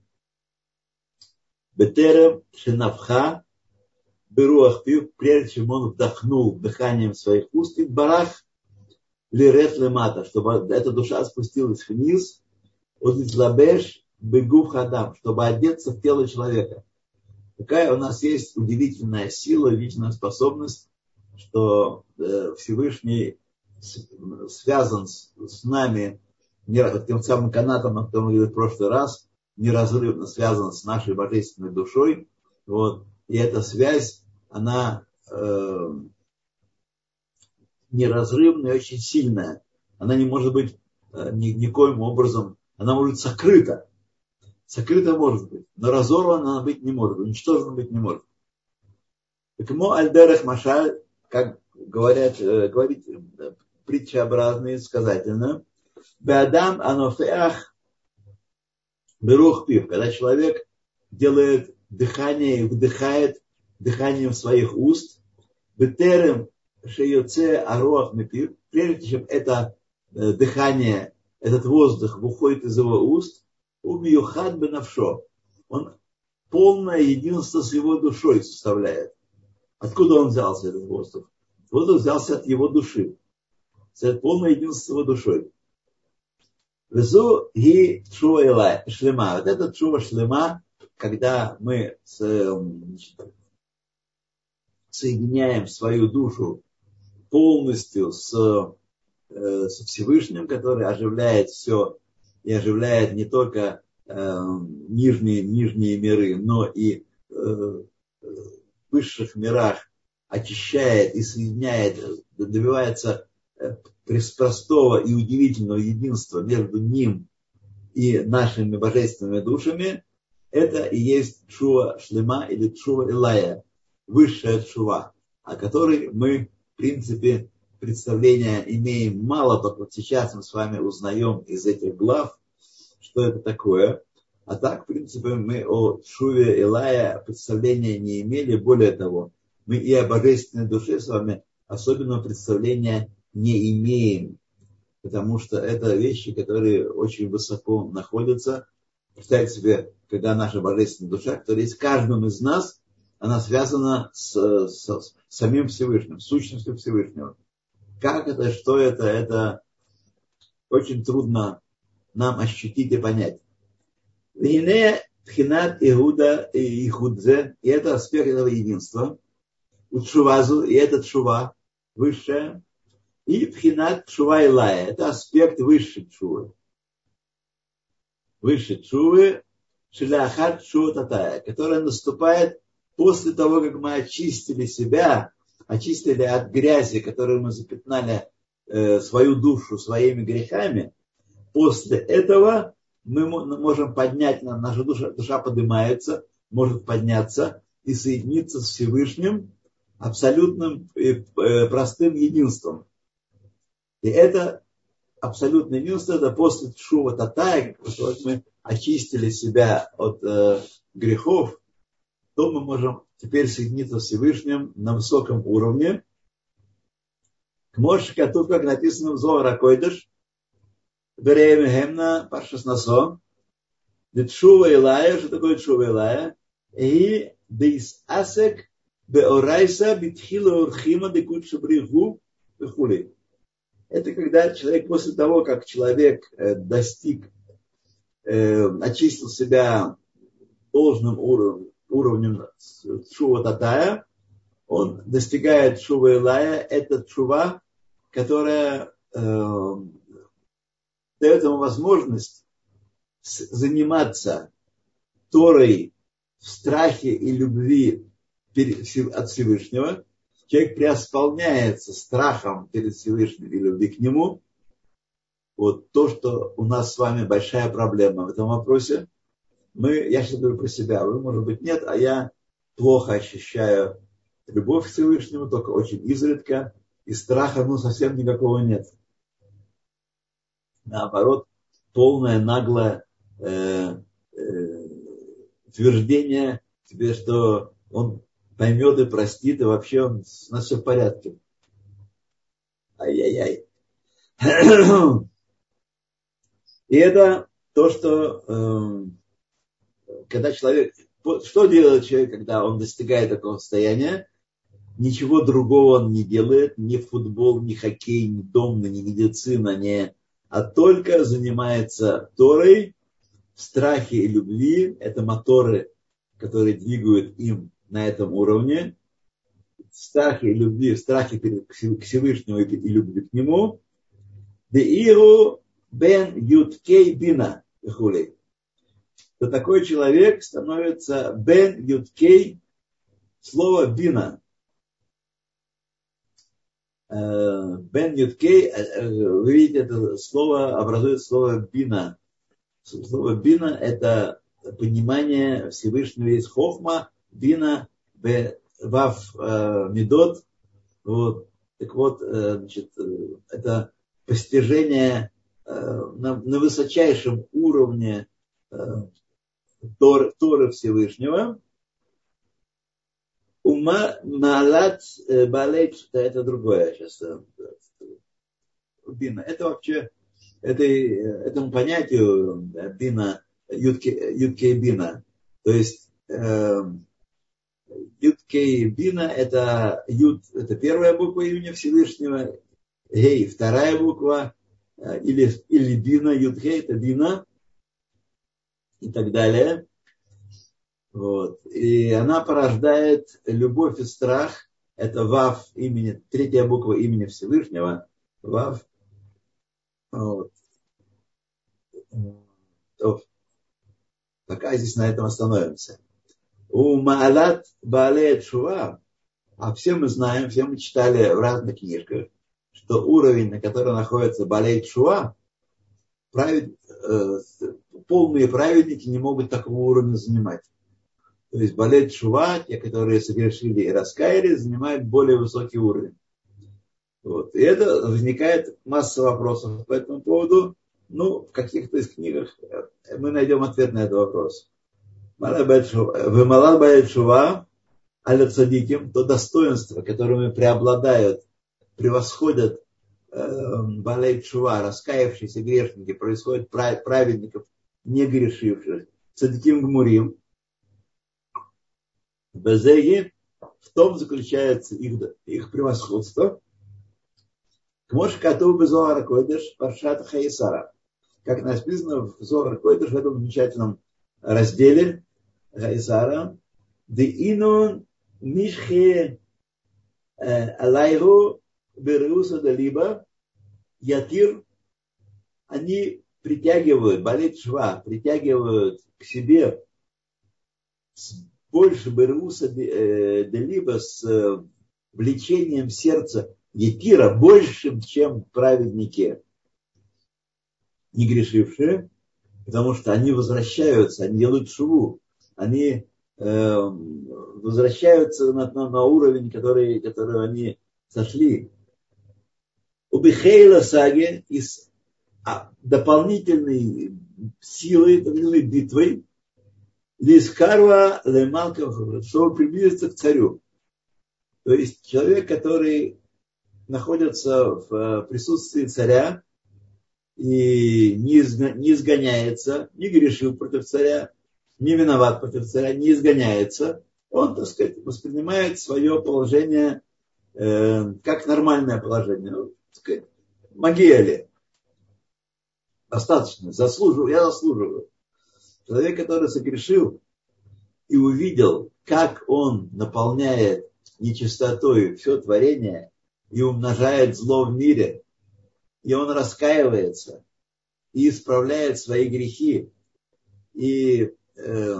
[SPEAKER 1] Бетерем шинавха беруах пив, прежде чем он вдохнул дыханием своих уст, и барах лирет лемата, чтобы эта душа спустилась вниз, от излабеш бегу хадам, чтобы одеться в тело человека. Такая у нас есть удивительная сила, удивительная способность, что э, Всевышний с, связан с, с нами не, тем самым канатом, о котором мы говорили в прошлый раз, неразрывно связан с нашей божественной душой. Вот. И эта связь, она э, неразрывная и очень сильная. Она не может быть э, ни, никоим образом, она может быть сокрыта. Сокрыта может быть, но разорвана она быть не может, уничтожена быть не может. Поэтому альдерах машаль, как говорят, э, говорит э, притчеобразно и сказательно, беадам анофеах берух пив, когда человек делает дыхание и вдыхает дыханием своих уст, бетерем шеюце аруах мепив, прежде чем это э, дыхание, этот воздух выходит из его уст, убьюхад бенавшо. Он полное единство с его душой составляет. Откуда он взялся, этот воздух? Воздух взялся от его души. Это полное единство с его душой. Везу и чува шлема. Вот это чува шлема, когда мы значит, соединяем свою душу полностью с, со Всевышним, который оживляет все и оживляет не только э, нижние, нижние миры, но и э, в высших мирах очищает и соединяет, добивается э, простого и удивительного единства между ним и нашими божественными душами. Это и есть тшува шлема или тшува илая, высшая тшува, о которой мы, в принципе, представления имеем мало, только вот сейчас мы с вами узнаем из этих глав, что это такое. А так, в принципе, мы о Тшуве Илая представления не имели. Более того, мы и о божественной душе с вами особенного представления не имеем, потому что это вещи, которые очень высоко находятся. Представьте себе, когда наша божественная душа, которая есть в каждом из нас, она связана с, с, с самим Всевышним, с сущностью Всевышнего. Как это, что это, это очень трудно нам ощутить и понять. Вине тхинат игуда и ихудзе, и это аспект этого единства. Утшувазу, и это тшува, высшая. И тхинат тшува илая, это аспект высшей тшувы. Высшей тшувы, шиляхат тшува татая, которая наступает после того, как мы очистили себя, очистили от грязи, которую мы запятнали э, свою душу своими грехами. После этого мы можем поднять, наша душа, душа поднимается, может подняться и соединиться с Всевышним абсолютным и простым единством. И это абсолютное единство, это после тшува татая, когда мы очистили себя от э, грехов, то мы можем теперь соединиться с Всевышним на высоком уровне. К мошке, тут как написано в Зоар ха-Койдеш, Береем Хемна, Паршас Насон, Тшува Илая, что такое Тшува Илая? И Дейс Асек Беорайса Битхила Урхима Декут Шабриху Бехули. Это когда человек после того, как человек достиг, очистил себя должным уровнем, уровнем Тшува татая, он достигает Тшува Илая, это Тшува, которая дает ему возможность заниматься Торой в страхе и любви от Всевышнего. Человек преисполняется страхом перед Всевышним и любви к Нему. Вот то, что у нас с вами большая проблема в этом вопросе. Мы, я сейчас говорю про себя, вы, может быть, нет, а я плохо ощущаю любовь к Всевышнему, только очень изредка, и страха, ну, совсем никакого нет. Наоборот, полное, наглое э, э, утверждение тебе, что он поймет и простит, и вообще он, у нас все в порядке. Ай-яй-яй. И это то, что э, когда человек... Что делает человек, когда он достигает такого состояния? Ничего другого он не делает, ни футбол, ни хоккей, ни дом, ни медицина, ни... а только занимается Торой в страхе и любви. Это моторы, которые двигают им на этом уровне. В страхе и любви, в страхе к Всевышнему и любви к Нему. Деиру бен юткей бина. То такой человек становится бен юткей, слово бина. Бен юткей, вы видите, это слово образует слово бина. Слово бина – это понимание Всевышнего, есть хохма, бина, вав медот. Вот. Так вот, значит, это постижение на, на высочайшем уровне Тор, Торы Всевышнего. Ума малат балет, это другое сейчас. Бина. Это вообще, это, этому понятию бина, юткей бина. То есть юткей бина это ют, это первая буква имени Всевышнего, гей, вторая буква, или, или бина, юткей, это бина, и так далее. Вот. И она порождает любовь и страх. Это вав имени, третья буква имени Всевышнего. Вав. Вот. То, пока здесь на этом остановимся. У Маалат Баалея Тшува, а все мы знаем, все мы читали в разных книжках, что уровень, на котором находится Баалей Тшува, правед, э, полные праведники не могут такого уровня занимать. То есть Баалей Тшува, те, которые согрешили и раскаялись, занимают более высокий уровень. Вот. И это возникает масса вопросов по этому поводу. Ну, в каких-то из книгах мы найдем ответ на этот вопрос. Вымалал Баалей Тшува, аля цадиким, то достоинства, которыми преобладают, превосходят э, Баалей Тшува, раскаявшиеся грешники, происходят праведников, не грешивших, цадиким гмурим. Безеги, в том заключается их, их превосходство. Кмош кату безоар койдеш паршат Хаисара. Как написано в Зоар койдеш, в этом замечательном разделе Хаисара. Де инун мишхе алайру беруса далиба ятир. Они притягивают, Баалей Тшува, притягивают к себе больше Беруса Делиба с влечением сердца Етира, большим, чем праведники, не грешившие, потому что они возвращаются, они делают шуву, они э, возвращаются на, на, на уровень, который, который они сошли. У Бихейла Саги из а, дополнительной силой, дополнительной битвой, Лискарва Лемалков, чтобы приблизиться к царю. То есть человек, который находится в присутствии царя и не изгоняется, не грешил против царя, не виноват против царя, не изгоняется, он, так сказать, воспринимает свое положение э, как нормальное положение. Ну, так сказать, магия. Достаточно, заслуживаю, я заслуживаю. Человек, который согрешил и увидел, как он наполняет нечистотой все творение и умножает зло в мире, и он раскаивается и исправляет свои грехи, и э,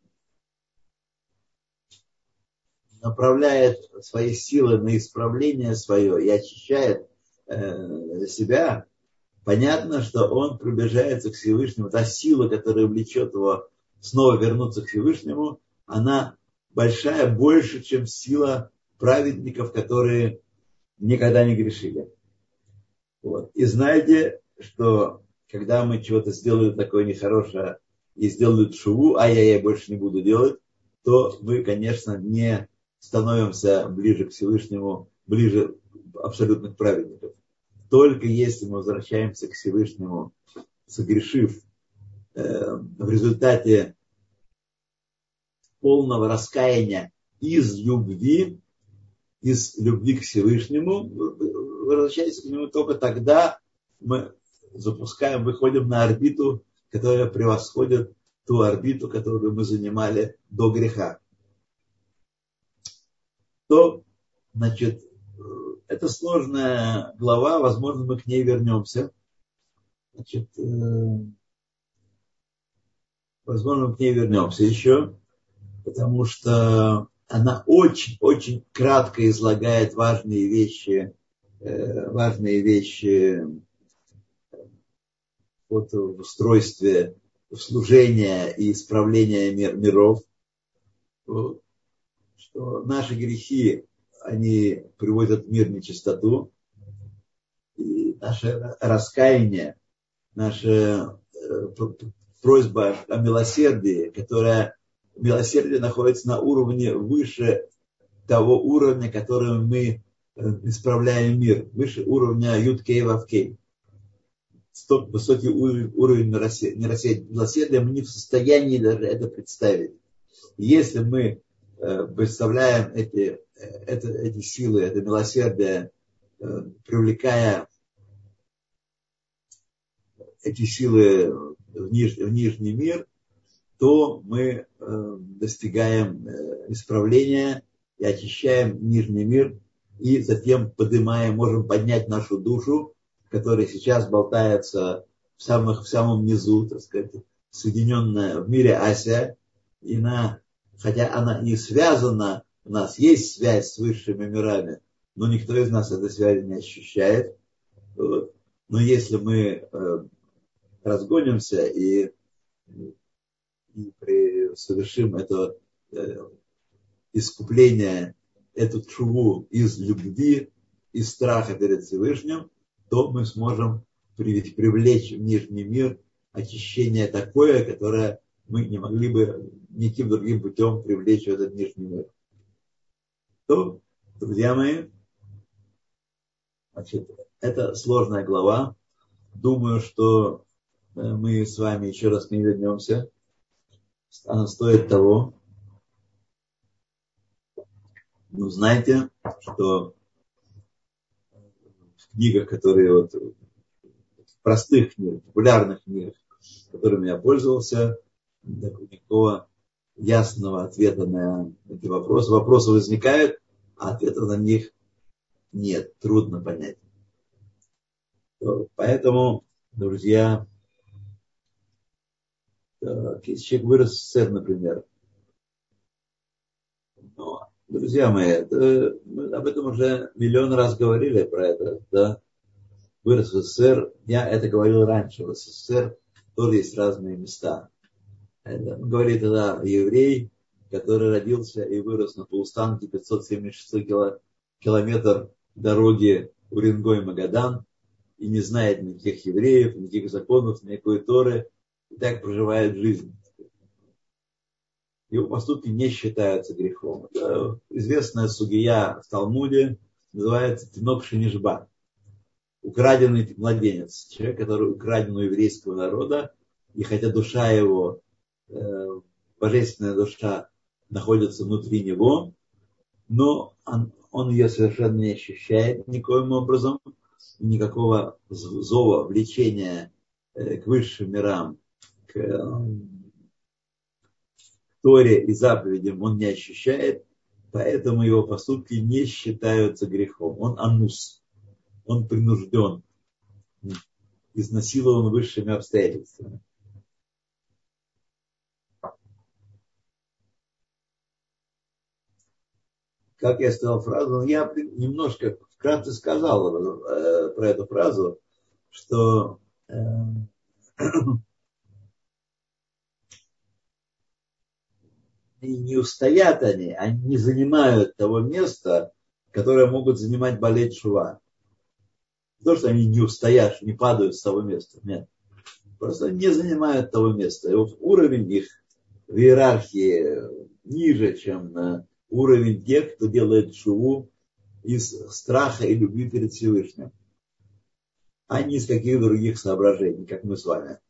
[SPEAKER 1] направляет свои силы на исправление свое и очищает э, себя, понятно, что он приближается к Всевышнему. Та сила, которая влечет его снова вернуться к Всевышнему, она большая, больше, чем сила праведников, которые никогда не грешили. Вот. И знаете, что когда мы чего-то сделали такое нехорошее и сделали шуву, а я я больше не буду делать, то мы, конечно, не становимся ближе к Всевышнему, ближе абсолютных праведников. Только если мы возвращаемся к Всевышнему, согрешив э, в результате полного раскаяния из любви, из любви к Всевышнему, возвращаясь к нему, только тогда мы запускаем, выходим на орбиту, которая превосходит ту орбиту, которую мы занимали до греха. То, значит, это сложная глава, возможно, мы к ней вернемся. Значит, возможно, мы к ней вернемся еще, потому что она очень-очень кратко излагает важные вещи, важные вещи вот в устройстве служения и исправления мир, миров. Вот. Что наши грехи, они приводят мир в нечистоту. И наше раскаяние, наша просьба о милосердии, которая милосердие находится на уровне выше того уровня, которым мы исправляем мир, выше уровня Юд-Кей Вав-Кей. Столь высокий уровень, уровень милосердия, мы не в состоянии даже это представить. Если мы представляем эти, это, эти силы, это милосердие, привлекая эти силы в, ниж, в нижний мир, то мы достигаем исправления и очищаем нижний мир, и затем поднимаем, можем поднять нашу душу, которая сейчас болтается в, самых, в самом низу, так сказать, соединенная в мире Асия, и на хотя она не связана, у нас есть связь с высшими мирами, но никто из нас этой связи не ощущает. Вот. Но если мы э, разгонимся и, и при, совершим это э, искупление, эту тшуву из любви, из страха перед Всевышним, то мы сможем привлечь в нижний мир очищение такое, которое мы не могли бы никаким другим путем привлечь в этот нижний мир. То, друзья мои, значит, это сложная глава. Думаю, что мы с вами еще раз не вернемся. Она стоит того. Но знаете, что в книгах, которые вот, в простых книгах, популярных книгах, которыми я пользовался, никакого ясного ответа на эти вопросы. Вопросы возникают, а ответа на них нет. Трудно понять. Поэтому, друзья, если человек вырос в СССР, например, но, друзья мои, это, мы об этом уже миллион раз говорили, про это, да, вырос в СССР, я это говорил раньше, в СССР тоже есть разные места. Это, мы говорили тогда еврей, который родился и вырос на полустанке пятьсот семьдесят шестой кило, километр дороги Уренгой-Магадан и не знает никаких евреев, никаких законов, никакой Торы, и так проживает жизнь. Его поступки не считаются грехом. Это известная сугия в Талмуде, называется Тинок Шенишба. Украденный младенец. Человек, который украден у еврейского народа, и хотя душа его, э, божественная душа, находится внутри него, но он, он ее совершенно не ощущает никоим образом, никакого зова, влечения э, к высшим мирам, к э, Торе и заповедям он не ощущает, поэтому его поступки не считаются грехом. Он анус, он принужден, изнасилован высшими обстоятельствами. Как я сказал фразу, я немножко вкратце сказал э, про эту фразу, что э, и не устоят они, они не занимают того места, которое могут занимать балей тшува. Не то, что они не устоят, не падают с того места. Нет. Просто не занимают того места. И вот уровень их в иерархии ниже, чем уровень тех, кто делает тшуву из страха и любви перед Всевышним, а не из каких других соображений, как мы с вами.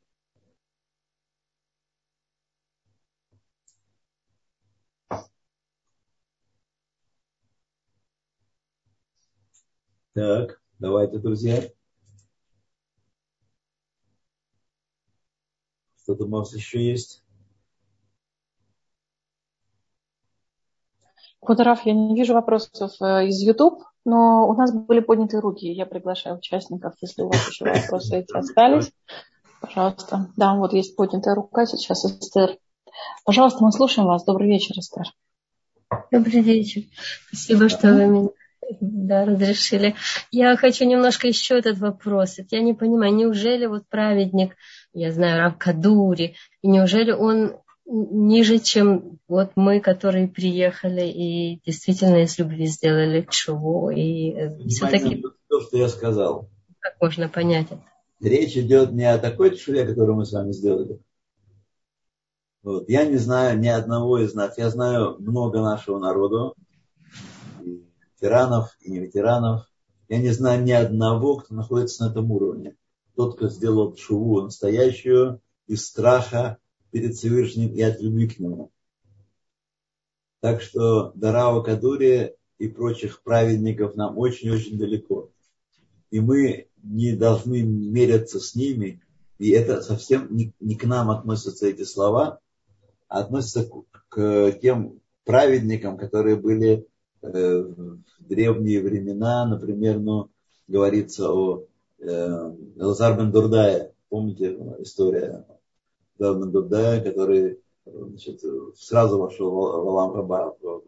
[SPEAKER 1] Так, давайте, друзья. Что-то у нас еще есть?
[SPEAKER 2] Кударов, я не вижу вопросов из YouTube, но у нас были подняты руки. Я приглашаю участников, если у вас еще вопросы эти остались. Пожалуйста. Да, вот есть поднятая рука сейчас, Эстер. Пожалуйста, мы слушаем вас. Добрый вечер, Эстер.
[SPEAKER 3] Добрый вечер. Спасибо, что вы меня да, разрешили. Я хочу немножко еще этот вопрос. Я не понимаю, неужели вот праведник, я знаю, Рав Кадури, и неужели он ниже, чем вот мы, которые приехали и действительно из любви сделали тшуву, и все-таки...
[SPEAKER 1] То, что я сказал.
[SPEAKER 3] Как можно понять это?
[SPEAKER 1] Речь идет не о такой тшуве, которую мы с вами сделали. Вот. Я не знаю ни одного из нас. Я знаю много нашего народа, и ветеранов, и не ветеранов. Я не знаю ни одного, кто находится на этом уровне. Тот, кто сделал тшуву настоящую из страха перед Всевышним и от любви к нему. Так что до Рава Кадури и прочих праведников нам очень-очень далеко. И мы не должны меряться с ними. И это совсем не, не к нам относятся эти слова, а относятся к, к тем праведникам, которые были э, в древние времена. Например, ну, говорится о э, Элазар бен Дурдае. Помните история? Дурдая, который, значит, сразу вошел в Олам Хаба, в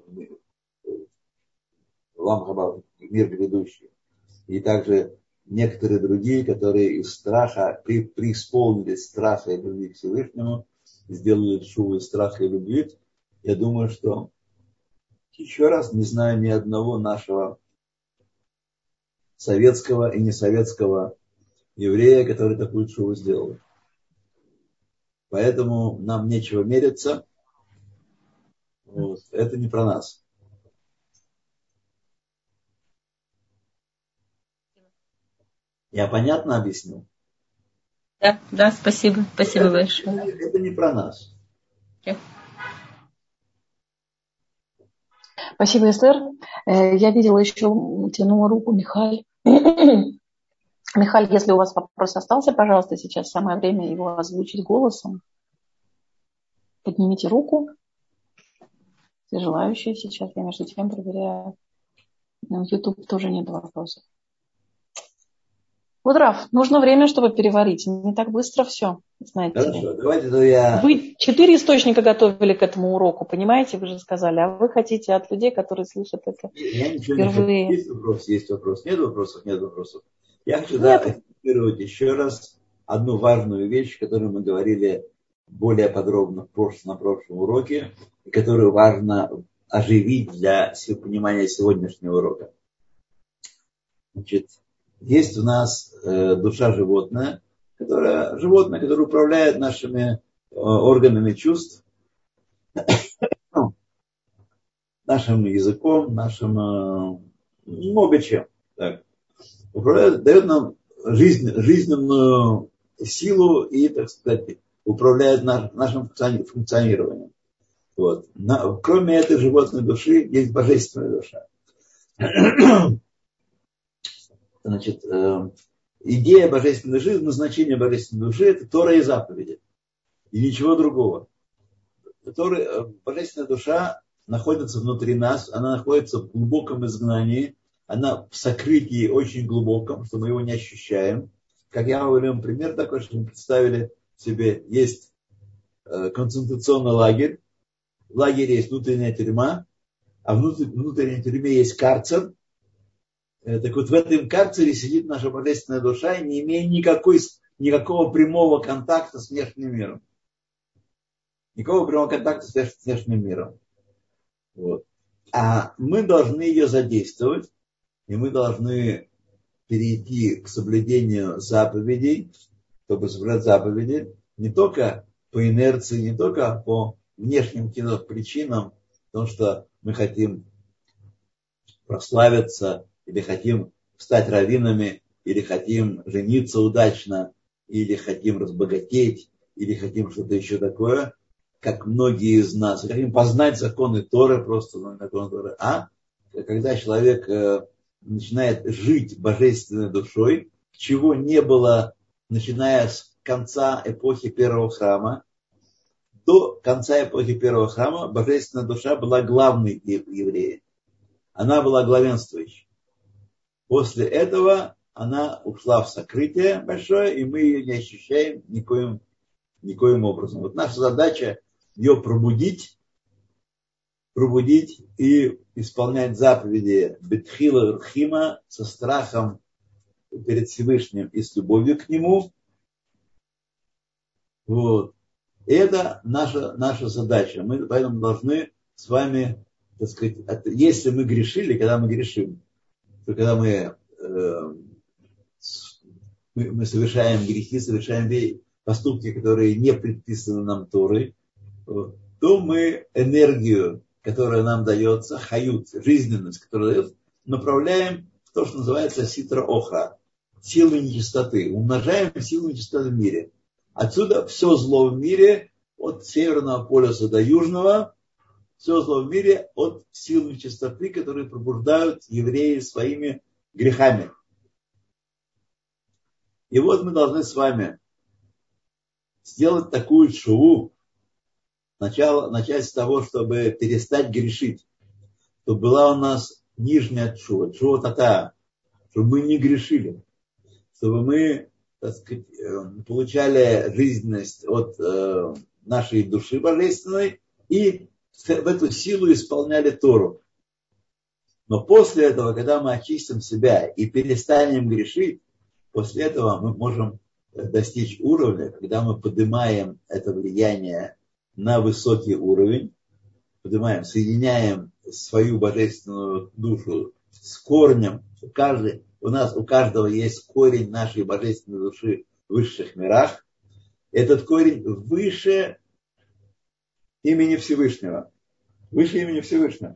[SPEAKER 1] Олам Хаба, в мир грядущий. И также некоторые другие, которые из страха, при, преисполнились страха и любви к Всевышнему, сделали шуву из страха и любви. Я думаю, что еще раз не знаю ни одного нашего советского и несоветского еврея, который такую шуву сделал. Поэтому нам нечего мериться. Вот. Это не про нас. Я понятно объяснил?
[SPEAKER 3] Да, да, спасибо. Спасибо
[SPEAKER 1] это,
[SPEAKER 3] большое.
[SPEAKER 1] Это не про нас.
[SPEAKER 3] Okay.
[SPEAKER 2] Спасибо, Эстер. Я видела еще, тянула руку Михаль. Михаль, если у вас вопрос остался, пожалуйста, сейчас самое время его озвучить голосом. Поднимите руку. Все желающие сейчас. Я между тем проверяю. На YouTube тоже нет вопросов. Вот, Раф, нужно время, чтобы переварить. Не так быстро все, знаете.
[SPEAKER 1] Хорошо, давайте, то я...
[SPEAKER 2] Вы четыре источника готовили к этому уроку, понимаете, вы же сказали. А вы хотите от людей, которые слышат это
[SPEAKER 1] я ничего
[SPEAKER 2] впервые.
[SPEAKER 1] Не есть вопрос, есть вопрос. Нет вопросов, нет вопросов. Я хочу да, акцентировать еще раз одну важную вещь, которую мы говорили более подробно в прошлом, на прошлом уроке, и которую важно оживить для понимания сегодняшнего урока. Значит, есть у нас э, душа животное, которая, животное, которое управляет нашими э, органами чувств, нашим языком, нашим э, много чем. Так. Управляет, дает нам жизнь, жизненную силу и, так сказать, управляет наш, нашим функционированием. Вот. На, кроме этой животной души есть божественная душа. Значит, э, идея божественной души, назначение божественной души — это Тора и заповеди. И ничего другого. Тора, божественная душа находится внутри нас, она находится в глубоком изгнании, она в сокрытии очень глубоком, что мы его не ощущаем. Как я говорю, пример такой, что мы представили себе, есть э, концентрационный лагерь, в лагере есть внутренняя тюрьма, а внутри, в внутренней тюрьме есть карцер. Так вот в этом карцере сидит наша божественная душа, не имея никакой, никакого прямого контакта с внешним миром. Никакого прямого контакта с внешним миром. Вот. А мы должны ее задействовать, и мы должны перейти к соблюдению заповедей, чтобы соблюдать заповеди, не только по инерции, не только по внешним каким-то причинам, потому что мы хотим прославиться, или хотим стать раввинами, или хотим жениться удачно, или хотим разбогатеть, или хотим что-то еще такое, как многие из нас, хотим познать законы Торы, просто законы Торы, а когда человек э, начинает жить божественной душой, чего не было, начиная с конца эпохи первого храма, до конца эпохи первого храма божественная душа была главной евреем. Она была главенствующей. После этого она ушла в сокрытие большое, и мы ее не ощущаем никоим, никоим образом. Вот наша задача ее пробудить, пробудить и исполнять заповеди Бетхила Рхима со страхом перед Всевышним и с любовью к Нему. Вот. И это наша, наша задача. Мы поэтому должны с вами, так сказать, если мы грешили, когда мы грешим, то когда мы, э, мы, мы совершаем грехи, совершаем поступки, которые не предписаны нам Торой, то мы энергию, которая нам дается, хают, жизненность, которая дается, направляем в то, что называется ситра-охра, силы нечистоты. Умножаем силу нечистоты в мире. Отсюда все зло в мире, от северного полюса до южного, все зло в мире от сил нечистоты, которые пробуждают евреи своими грехами. И вот мы должны с вами сделать такую шуву, Начало, начать с того, чтобы перестать грешить. Чтобы была у нас нижняя тшува, тшува такая, чтобы мы не грешили. Чтобы мы, так сказать, получали жизненность от э, нашей души божественной и в эту силу исполняли Тору. Но после этого, когда мы очистим себя и перестанем грешить, после этого мы можем достичь уровня, когда мы поднимаем это влияние на высокий уровень, поднимаем, соединяем свою божественную душу с корнем. Каждый, у нас у каждого есть корень нашей божественной души в высших мирах. Этот корень выше имени Всевышнего. Выше имени Всевышнего.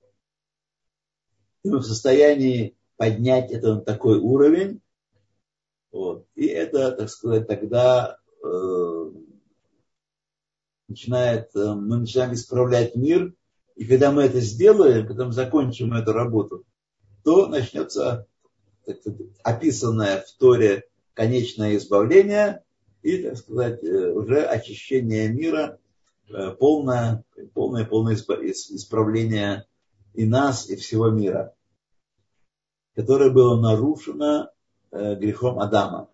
[SPEAKER 1] И мы в состоянии поднять это на такой уровень. Вот. И это, так сказать, тогда э, начинает, мы начинаем исправлять мир, и когда мы это сделаем, когда мы закончим эту работу, то начнется так сказать, описанное в Торе конечное избавление и, так сказать, уже очищение мира, полное, полное, полное исправление и нас, и всего мира, которое было нарушено грехом Адама.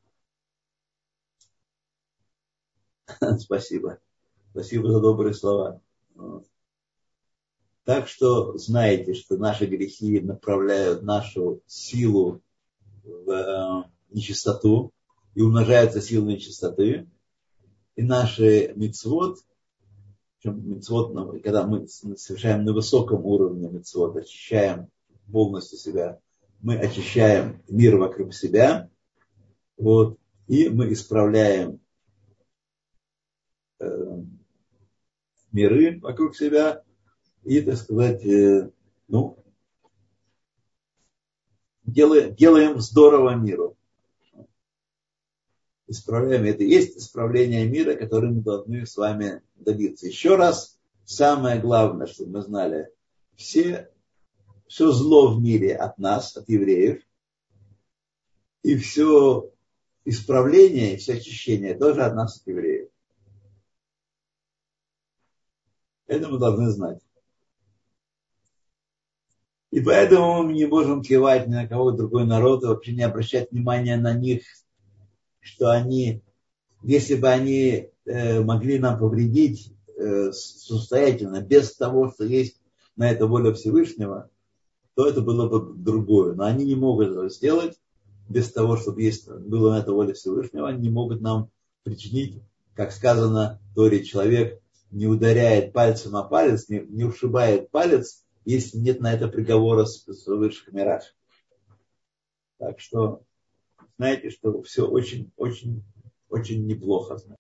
[SPEAKER 1] Спасибо. Спасибо за добрые слова. Так что знаете, что наши грехи направляют нашу силу в нечистоту и умножаются силы нечистоты. И наши мицвот, мицвот, когда мы совершаем на высоком уровне мицвот, очищаем полностью себя, мы очищаем мир вокруг себя, вот, и мы исправляем миры вокруг себя и, так сказать, э, ну, делаем, делаем здорово миру. Исправляем. Это и есть исправление мира, которое мы должны с вами добиться. Еще раз, самое главное, чтобы мы знали, все, все зло в мире от нас, от евреев, и все исправление, все очищение тоже от нас, от евреев. Это мы должны знать. И поэтому мы не можем плевать ни на кого другой народ и вообще не обращать внимания на них, что они, если бы они э, могли нам повредить э, самостоятельно, без того, что есть на это воля Всевышнего, то это было бы другое. Но они не могут этого сделать без того, чтобы есть, было на это воля Всевышнего, они не могут нам причинить как сказано в Торе, человек не ударяет пальцем о палец, не, не ушибает палец, если нет на это приговора с, с высших мирах. Так что знаете, что все очень, очень, очень неплохо.